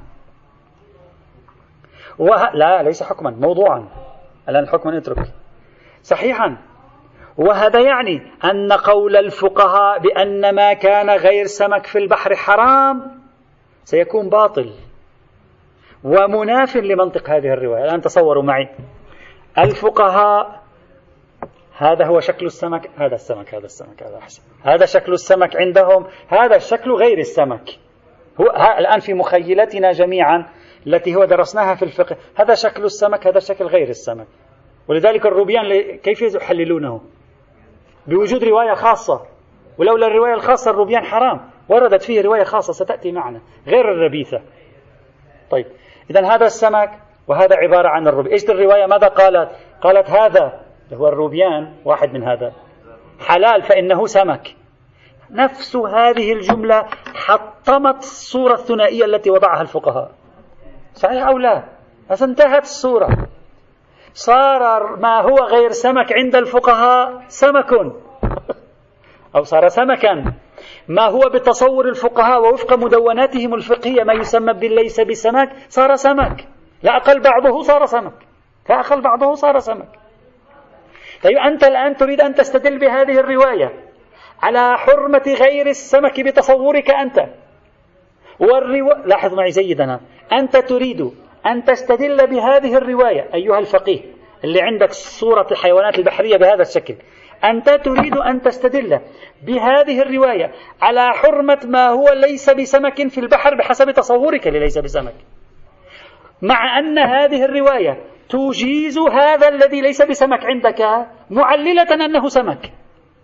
A: لا ليس حكما، موضوعا. الآن الحكم نترك صحيحا، وهذا يعني أن قول الفقهاء بأن ما كان غير سمك في البحر حرام سيكون باطل ومناف لمنطق هذه الرواية. الآن تصوروا معي، الفقهاء هذا هو شكل السمك، هذا السمك، هذا السمك، هذا أحسن، هذا شكل السمك عندهم، هذا الشكل غير السمك. هو الآن في مخيلتنا جميعا التي هو درسناها في الفقه، هذا شكل السمك، هذا شكل غير السمك. ولذلك الروبيان كيف يحللونه؟ بوجود رواية خاصة، ولولا الرواية الخاصة الروبيان حرام، وردت فيه رواية خاصة ستأتي معنا غير الربيثة. طيب إذن هذا السمك وهذا عبارة عن الروبيان. إيش الرواية ماذا قالت؟ قالت هذا هو الروبيان واحد من هذا حلال فإنه سمك. نفس هذه الجملة حطمت الصورة الثنائية التي وضعها الفقهاء، صحيح أو لا؟ انتهت الصورة. صار ما هو غير سمك عند الفقهاء سمك أو صار سمكا. ما هو بتصور الفقهاء ووفق مدوناتهم الفقهية ما يسمى بالليس بسمك صار سمك، لا أقل بعضه صار سمك، لا أقل بعضه صار سمك. طيب أنت الآن تريد أن تستدل بهذه الرواية على حرمة غير السمك بتصورك أنت، لاحظ معي جيدا، أنت تريد أن تستدل بهذه الرواية أيها الفقيه اللي عندك صورة الحيوانات البحرية بهذا الشكل، أنت تريد أن تستدل بهذه الرواية على حرمة ما هو ليس بسمك في البحر بحسب تصورك لليس بسمك، مع أن هذه الرواية تجيز هذا الذي ليس بسمك عندك معللة أنه سمك.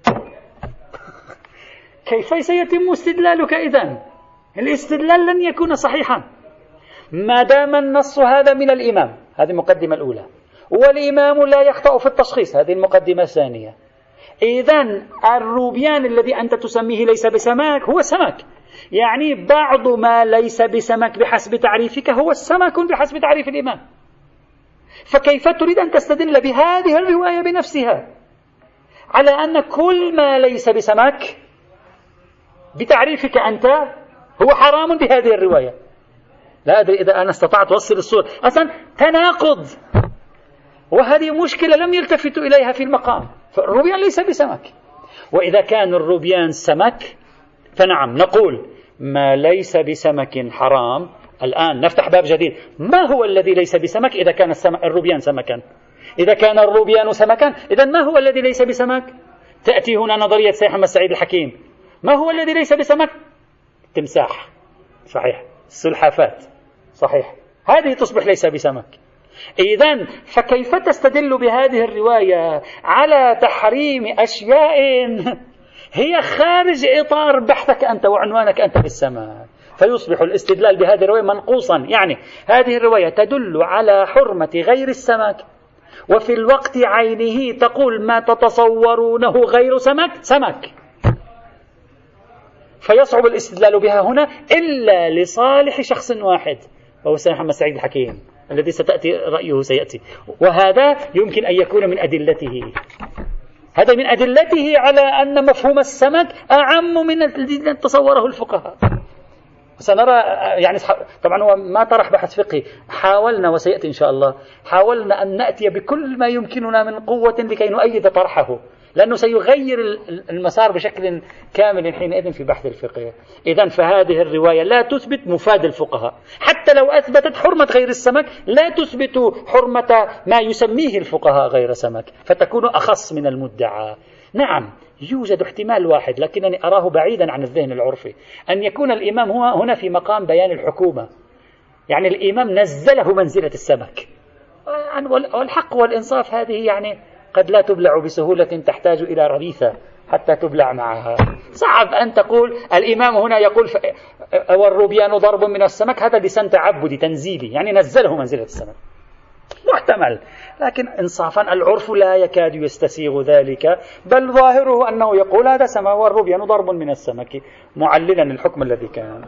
A: كيف سيتم استدلالك إذن؟ الاستدلال لن يكون صحيحا ما دام النص هذا من الإمام، هذه المقدمة الأولى، والإمام لا يخطأ في التشخيص، هذه المقدمة الثانية. إذن الروبيان الذي أنت تسميه ليس بسمك هو سمك، يعني بعض ما ليس بسمك بحسب تعريفك هو السمك بحسب تعريف الإمام. فكيف تريد أن تستدل بهذه الرواية بنفسها على أن كل ما ليس بسمك بتعريفك أنت هو حرام بهذه الرواية؟ لا أدري إذا أنا استطعت أوصل الصورة. أصلا تناقض، وهذه مشكلة لم يلتفتوا إليها في المقام. فالروبيان ليس بسمك، وإذا كان الروبيان سمك فنعم نقول ما ليس بسمك حرام. الآن نفتح باب جديد، ما هو الذي ليس بسمك إذا كان الروبيان سمكا؟ إذا كان الروبيان سمكا إذن ما هو الذي ليس بسمك؟ تأتي هنا نظرية سيد محمد سعيد الحكيم، ما هو الذي ليس بسمك؟ تمساح، صحيح، السلحفاة، صحيح، هذه تصبح ليس بسمك. إذن فكيف تستدل بهذه الرواية على تحريم أشياء هي خارج إطار بحثك أنت وعنوانك أنت في السماء؟ فيصبح الاستدلال بهذه الرواية منقوصا. يعني هذه الرواية تدل على حرمة غير السمك، وفي الوقت عينه تقول ما تتصورونه غير سمك سمك، فيصعب الاستدلال بها هنا إلا لصالح شخص واحد وهو السيد محمد سعيد الحكيم الذي ستأتي رأيه سيأتي، وهذا يمكن أن يكون من أدلته. هذا من أدلته على أن مفهوم السمك أعم من الذي تصوره الفقهاء. سنرى يعني طبعا هو ما طرح بحث فقهي، حاولنا وسيأتي إن شاء الله، حاولنا أن نأتي بكل ما يمكننا من قوة لكي نؤيد طرحه، لأنه سيغير المسار بشكل كامل حينئذ في بحث الفقه. إذن فهذه الرواية لا تثبت مفاد الفقهاء، حتى لو أثبتت حرمة غير السمك لا تثبت حرمة ما يسميه الفقهاء غير سمك، فتكون أخص من المدعى. نعم يوجد احتمال واحد لكنني أراه بعيدا عن الذهن العرفي، أن يكون الإمام هنا في مقام بيان الحكومة، يعني الإمام نزله منزلة السمك، والحق والإنصاف هذه يعني قد لا تبلع بسهولة، تحتاج إلى رغيفة حتى تبلع معها. صعب أن تقول الإمام هنا يقول والروبيان ضرب من السمك، هذا لسان تعبدي تنزيلي، يعني نزله منزلة السمك، محتمل، لكن إنصافا العرف لا يكاد يستسيغ ذلك، بل ظاهره أنه يقول هذا سما والروبيان ضرب من السمك، معللا الحكم الذي كان.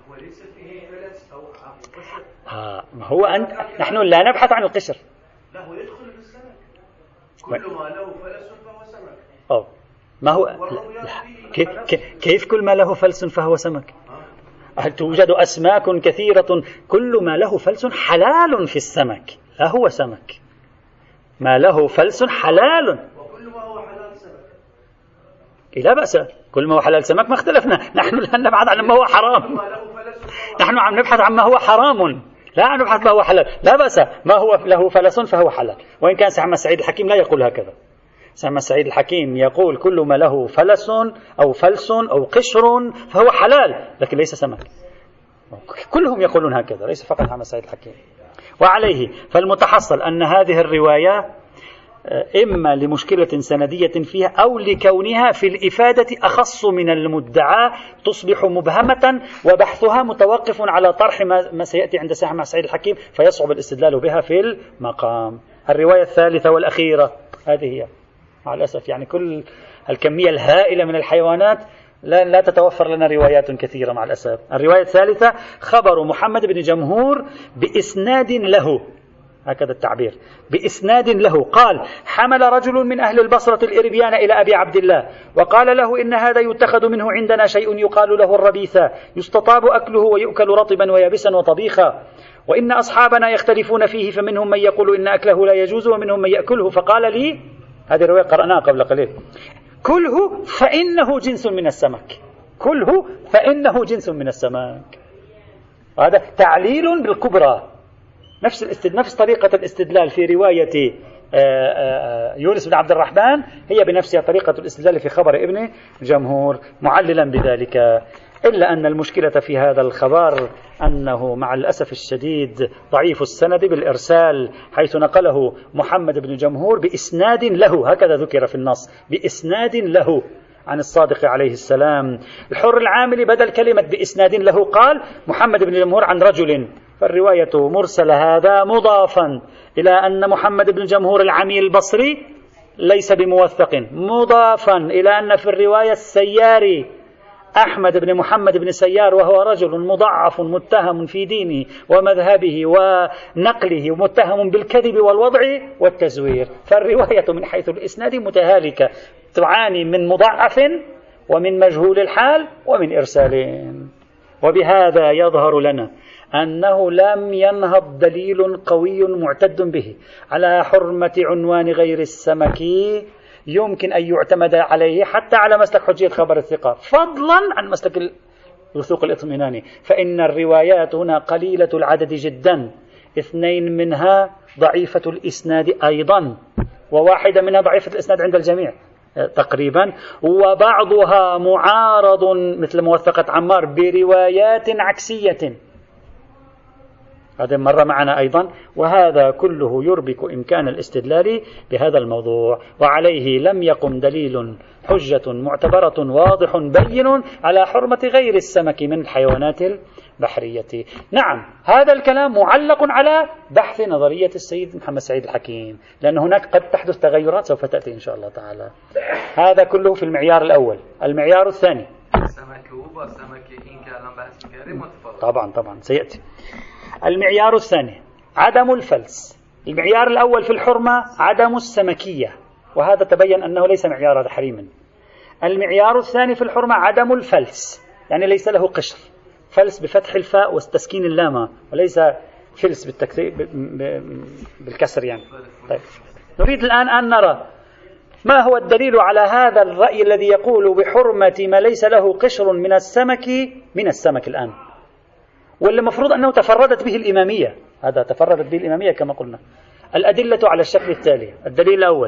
A: ما هو أنت نحن لا نبحث عن القشر،
B: لا هو يدخل في السمك، كل ما له فلس فهو سمك.
A: ما هو كيف كل ما له فلس فهو سمك؟ توجد أسماك كثيرة كل ما له فلس حلال في السمك، لا هو سمك، ما له فلس حلال،
B: وكل ما هو حلال سمك.
A: لا بأس، كل ما هو حلال سمك ما اختلفنا، نحن لا نبحث عن ما هو حرام، نحن عم نبحث عن ما هو حرام، لا عم نبحث ما هو حلال. لا بأس، ما هو له فلس فهو حلال، وإن كان سيد محمد سعيد الحكيم لا يقول هكذا. سيد محمد سعيد الحكيم يقول كل ما له فلس أو فلس أو قشر فهو حلال، لكن ليس سمك. كلهم يقولون هكذا، ليس فقط محمد سعيد الحكيم. وعليه فالمتحصل أن هذه الرواية إما لمشكلة سندية فيها أو لكونها في الإفادة أخص من المدعى تصبح مبهمة، وبحثها متوقف على طرح ما سيأتي عند سيد محمد سعيد الحكيم، فيصعب الاستدلال بها في المقام. الرواية الثالثة والأخيرة هذه هي مع الأسف، يعني كل الكمية الهائلة من الحيوانات لا تتوفر لنا روايات كثيرة مع الأسف. الرواية الثالثة خبر محمد بن جمهور بإسناد له، هكذا التعبير، بإسناد له قال: حمل رجل من أهل البصرة الإربيان إلى أبي عبد الله وقال له: إن هذا يتخذ منه عندنا شيء يقال له الربيثة، يستطاب أكله ويؤكل رطبا ويابسا وطبيخا، وإن أصحابنا يختلفون فيه، فمنهم من يقول إن أكله لا يجوز ومنهم من يأكله، فقال لي، هذه الرواية قرأناها قبل قليل: كله فإنه جنس من السمك، كله فإنه جنس من السمك. هذا تعليل بالكبرى، نفس طريقة الاستدلال في رواية يونس بن عبد الرحمن هي بنفسها طريقة الاستدلال في خبر ابن جمهور، معللا بذلك. إلا أن المشكلة في هذا الخبر أنه مع الأسف الشديد ضعيف السند بالإرسال، حيث نقله محمد بن جمهور بإسناد له، هكذا ذكر في النص، بإسناد له عن الصادق عليه السلام. الحر العامل بدل كلمة بإسناد له قال محمد بن جمهور عن رجل، فالرواية مرسلة هذا مضافا إلى أن محمد بن جمهور العمي البصري ليس بموثق، مضافا إلى أن في الرواية السياري أحمد بن محمد بن سيار، وهو رجل مضعف متهم في دينه ومذهبه ونقله، ومتهم بالكذب والوضع والتزوير، فالرواية من حيث الإسناد متهالكة، تعاني من مضعف ومن مجهول الحال ومن إرسالين. وبهذا يظهر لنا أنه لم ينهض دليل قوي معتد به على حرمة عنوان غير السمكي يمكن أن يعتمد عليه حتى على مسلك حجية خبر الثقة، فضلا عن مسلك الوثوق الاطمئناني، فإن الروايات هنا قليلة العدد جدا، 2 منها ضعيفة الإسناد أيضا، وواحدة منها ضعيفة الإسناد عند الجميع تقريبا، وبعضها معارض مثل موثقة عمار بروايات عكسية، هذا مرة معنا أيضا. وهذا كله يربك إمكان الاستدلال بهذا الموضوع، وعليه لم يقم دليل حجة معتبرة واضح بين على حرمة غير السمك من الحيوانات البحرية. نعم، هذا الكلام معلق على بحث نظرية السيد محمد سعيد الحكيم، لأن هناك قد تحدث تغيرات سوف تأتي إن شاء الله تعالى. هذا كله في المعيار الأول. المعيار الثاني طبعا سيأتي. المعيار الثاني عدم الفلس. المعيار الأول في الحرمة عدم السمكية، وهذا تبين أنه ليس معيار تحريم. المعيار الثاني في الحرمة عدم الفلس، يعني ليس له قشر، فلس بفتح الفاء وتسكين اللام، وليس فلس بالكسر يعني. طيب، نريد الآن أن نرى ما هو الدليل على هذا الرأي الذي يقول بحرمة ما ليس له قشر من السمك الآن، واللي مفروض أنه تفردت به الإمامية، هذا تفردت به الإمامية كما قلنا. الأدلة على الشكل التالي: الدليل الأول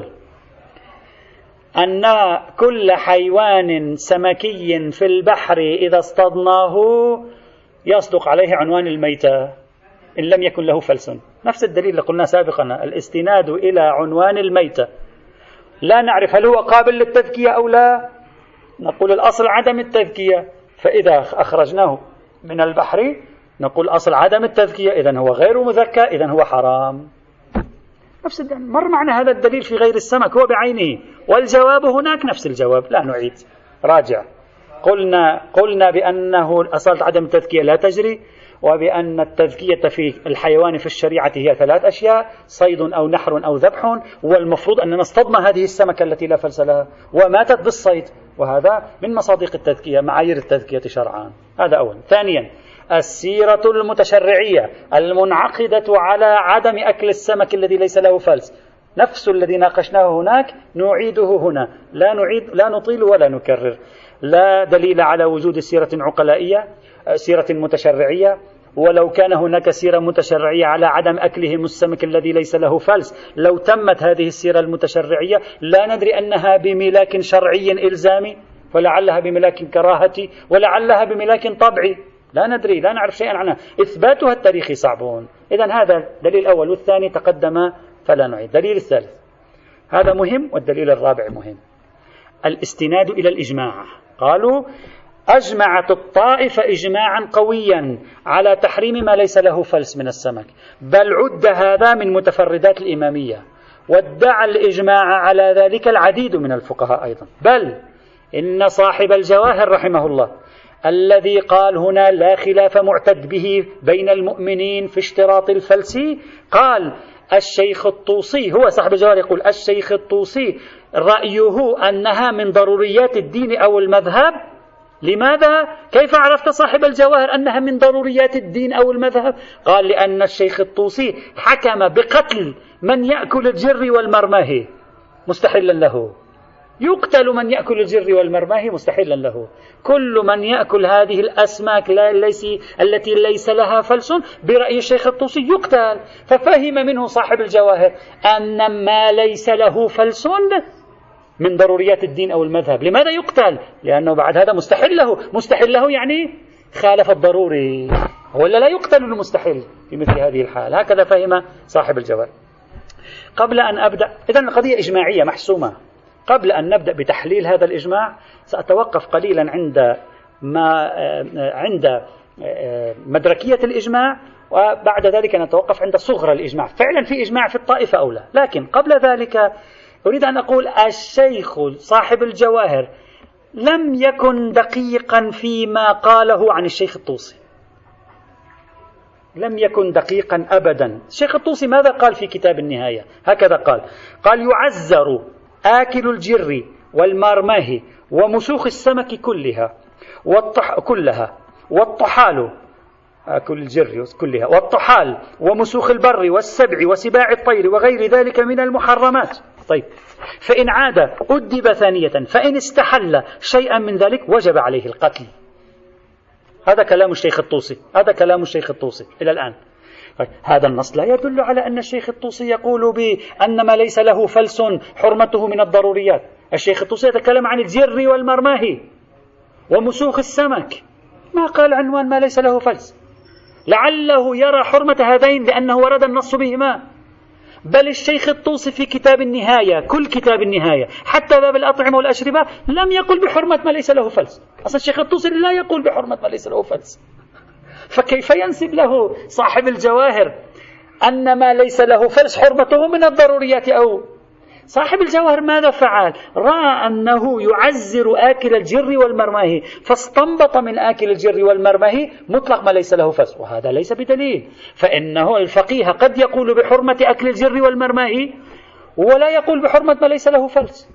A: أن كل حيوان سمكي في البحر إذا اصطدناه يصدق عليه عنوان الميتة إن لم يكن له فلس. نفس الدليل اللي قلنا سابقا، الاستناد إلى عنوان الميتة، لا نعرف هل هو قابل للتذكية أو لا، نقول الأصل عدم التذكية، فإذا أخرجناه من البحر نقول أصل عدم التذكية، إذن هو غير مذكى، إذن هو حرام. نفس مر معنا هذا الدليل في غير السمك هو بعينه، والجواب هناك نفس الجواب، لا نعيد، راجع. قلنا بأنه أصل عدم التذكية لا تجري، وبأن التذكية في الحيوان في الشريعة هي 3 أشياء: صيد أو نحر أو ذبح، والمفروض أننا اصطدنا هذه السمكة التي لا فلس لها وماتت بالصيد، وهذا من مصادق التذكية، معايير التذكية شرعا. هذا أول. ثانيا، السيرة المتشرعية المنعقدة على عدم أكل السمك الذي ليس له فلس، نفس الذي ناقشناه هناك نعيده هنا، لا نطيل ولا نكرر. لا دليل على وجود سيرة عقلائية، سيرة متشرعية، ولو كان هناك سيرة متشرعية على عدم أكلهم السمك الذي ليس له فلس، لو تمت هذه السيرة المتشرعية لا ندري أنها بملاك شرعي إلزامي، ولعلها بملاك كراهتي، ولعلها بملاك طبعي، لا ندري، لا نعرف شيئا عنها، إثباتها التاريخي صعبون. إذن هذا دليل الأول، والثاني تقدم فلا نعيد. دليل الثالث هذا مهم، والدليل الرابع مهم: الاستناد إلى الإجماع. قالوا أجمعت الطائفة إجماعا قويا على تحريم ما ليس له فلس من السمك، بل عد هذا من متفردات الإمامية، وادعى الإجماع على ذلك العديد من الفقهاء أيضا، بل إن صاحب الجواهر رحمه الله الذي قال هنا لا خلاف معتد به بين المؤمنين في اشتراط الفلس، قال الشيخ الطوسي، هو صاحب الجوهر يقول الشيخ الطوسي رأيه أنها من ضروريات الدين أو المذهب. لماذا؟ كيف عرفت صاحب الجواهر أنها من ضروريات الدين أو المذهب؟ قال لأن الشيخ الطوسي حكم بقتل من يأكل الجر والمرماه مستحلا له. يقتل من يأكل الجر والمرماه مستحلا له. كل من يأكل هذه الأسماك التي ليس لها فلس برأي الشيخ الطوسي يقتل. ففهم منه صاحب الجواهر أن ما ليس له فلس من ضروريات الدين أو المذهب. لماذا يقتل؟ لأنه بعد هذا مستحل له يعني خالف الضروري، ولا لا يقتل المستحل في مثل هذه الحال. هكذا فهم صاحب الجواهر. قبل أن أبدأ، إذن القضية إجماعية محسومة. قبل أن نبدأ بتحليل هذا الإجماع سأتوقف قليلا عند مدركية الإجماع، وبعد ذلك نتوقف عند صغر الإجماع. فعلا في إجماع في الطائفة أو لا، لكن قبل ذلك أريد أن أقول الشيخ صاحب الجواهر لم يكن دقيقا فيما قاله عن الشيخ الطوسي، لم يكن دقيقا أبدا. الشيخ الطوسي ماذا قال في كتاب النهاية؟ هكذا قال يعزر آكل الجر والمرماه ومسوخ السمك كلها والطحال آكل الجر كلها والطحال ومسوخ البر والسبع وسباع الطير وغير ذلك من المحرمات. طيب، فإن عاد أدب ثانية، فإن استحل شيئا من ذلك وجب عليه القتل. هذا كلام الشيخ الطوسي إلى الآن. هذا النص لا يدل على أن الشيخ الطوسي يقول بأن ما ليس له فلس حرمته من الضروريات. الشيخ الطوسي يتكلم عن الجر والمرماه ومسوخ السمك، ما قال عنوان ما ليس له فلس. لعله يرى حرمة هذين لأنه ورد النص بهما. بل الشيخ الطوسي في كتاب النهاية، كل كتاب النهاية حتى باب الأطعمة والأشربة، لم يقل بحرمة ما ليس له فلس. أصلا الشيخ الطوسي لا يقول بحرمة ما ليس له فلس، فكيف ينسب له صاحب الجواهر أن ما ليس له فلس حرمته من الضروريات؟ أو صاحب الجواهر ماذا فعل؟ رأى أنه يعزر آكل الجر والمرماه، فاستنبط من آكل الجر والمرماه مطلق ما ليس له فلس، وهذا ليس بدليل. فإنه الفقيه قد يقول بحرمة أكل الجر والمرماه ولا يقول بحرمة ما ليس له فلس،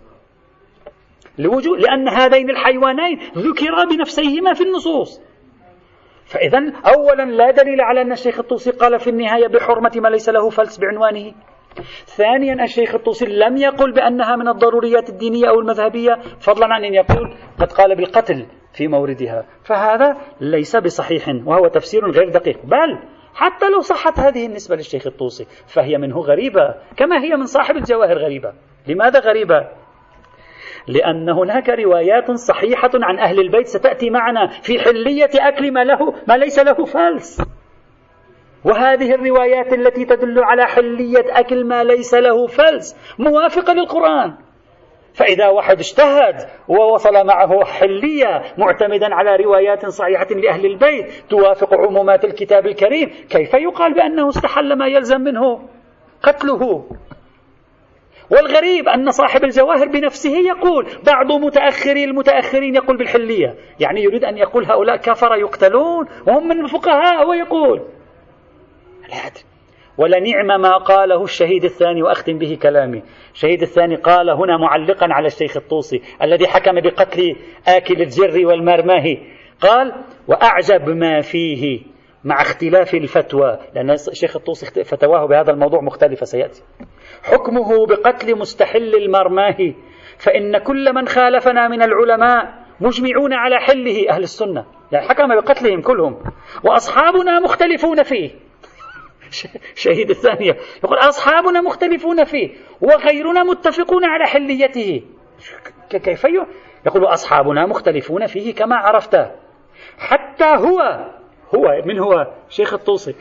A: لأن هذين الحيوانين ذكرا بنفسيهما في النصوص. فإذن أولا لا دليل على أن الشيخ الطوسي قال في النهاية بحرمة ما ليس له فلس بعنوانه. ثانيا الشيخ الطوسي لم يقل بأنها من الضروريات الدينية أو المذهبية، فضلا عن أن يقول قد قال بالقتل في موردها. فهذا ليس بصحيح، وهو تفسير غير دقيق. بل حتى لو صحت هذه النسبة للشيخ الطوسي فهي منه غريبة كما هي من صاحب الجواهر غريبة. لماذا غريبة؟ لأن هناك روايات صحيحة عن أهل البيت ستأتي معنا في حلية أكل ما ليس له فلس، وهذه الروايات التي تدل على حلية أكل ما ليس له فلس موافقة للقرآن. فإذا واحد اجتهد ووصل معه حلية معتمدا على روايات صحيحة لأهل البيت توافق عمومات الكتاب الكريم، كيف يقال بأنه استحل ما يلزم منه قتله؟ والغريب أن صاحب الجواهر بنفسه يقول، بعض المتأخرين يقول بالحلية، يعني يريد أن يقول هؤلاء كفر يقتلون وهم من الفقهاء، هو يقول لا أدري. ولنعم ما قاله الشهيد الثاني، وأختم به كلامي. الشهيد الثاني قال هنا معلقا على الشيخ الطوسي الذي حكم بقتل آكل الجر والمرماه، قال وأعجب ما فيه مع اختلاف الفتوى، لأن الشيخ الطوسي فتواه بهذا الموضوع مختلفة سيأتي، حكمه بقتل مستحل المرماه، فإن كل من خالفنا من العلماء مجمعون على حله، أهل السنة يعني حكم بقتلهم كلهم، وأصحابنا مختلفون فيه. شهيد الثانية يقول أصحابنا مختلفون فيه وغيرنا متفقون على حليته. كيف يقول أصحابنا مختلفون فيه كما عرفت؟ حتى هو شيخ الطوسي،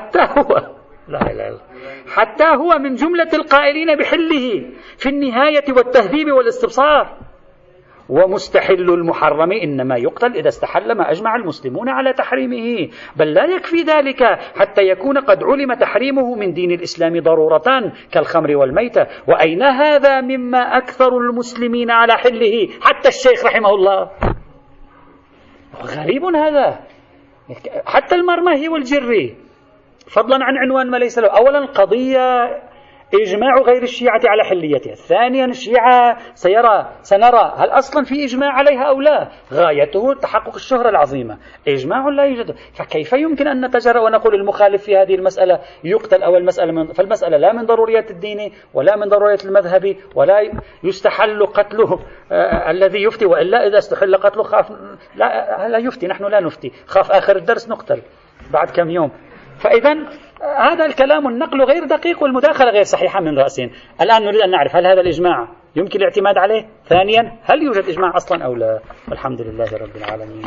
A: حتى هو من جملة القائلين بحله في النهاية والتهذيب والاستبصار. ومستحل المحرم إنما يقتل إذا استحل ما أجمع المسلمون على تحريمه، بل لا يكفي ذلك حتى يكون قد علم تحريمه من دين الإسلام ضرورتان كالخمر والميتة. وأين هذا مما أكثر المسلمين على حله؟ حتى الشيخ رحمه الله غريب هذا. حتى المرماهي والجري فضلا عن عنوان ما ليس له. أولا القضية إجماع غير الشيعة على حليتها. ثانيا الشيعة سنرى هل أصلا في إجماع عليها أو لا. غايته تحقق الشهرة العظيمة. إجماع لا يوجد، فكيف يمكن أن نتجرأ ونقول المخالف في هذه المسألة يقتل أو فالمسألة لا من ضروريات الدين ولا من ضروريات المذهب، ولا يستحل قتله الذي يفتي، وإلا إذا استحل قتله خاف لا يفتي، نحن لا نفتي، خاف آخر الدرس نقتل بعد كم يوم. فإذا هذا الكلام النقل غير دقيق والمداخلة غير صحيحة من رأسين. الآن نريد أن نعرف هل هذا الإجماع يمكن الاعتماد عليه؟ ثانيا هل يوجد إجماع أصلا أو لا؟ والحمد لله رب العالمين.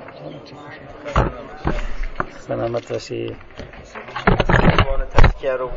A: سلامة وشيء.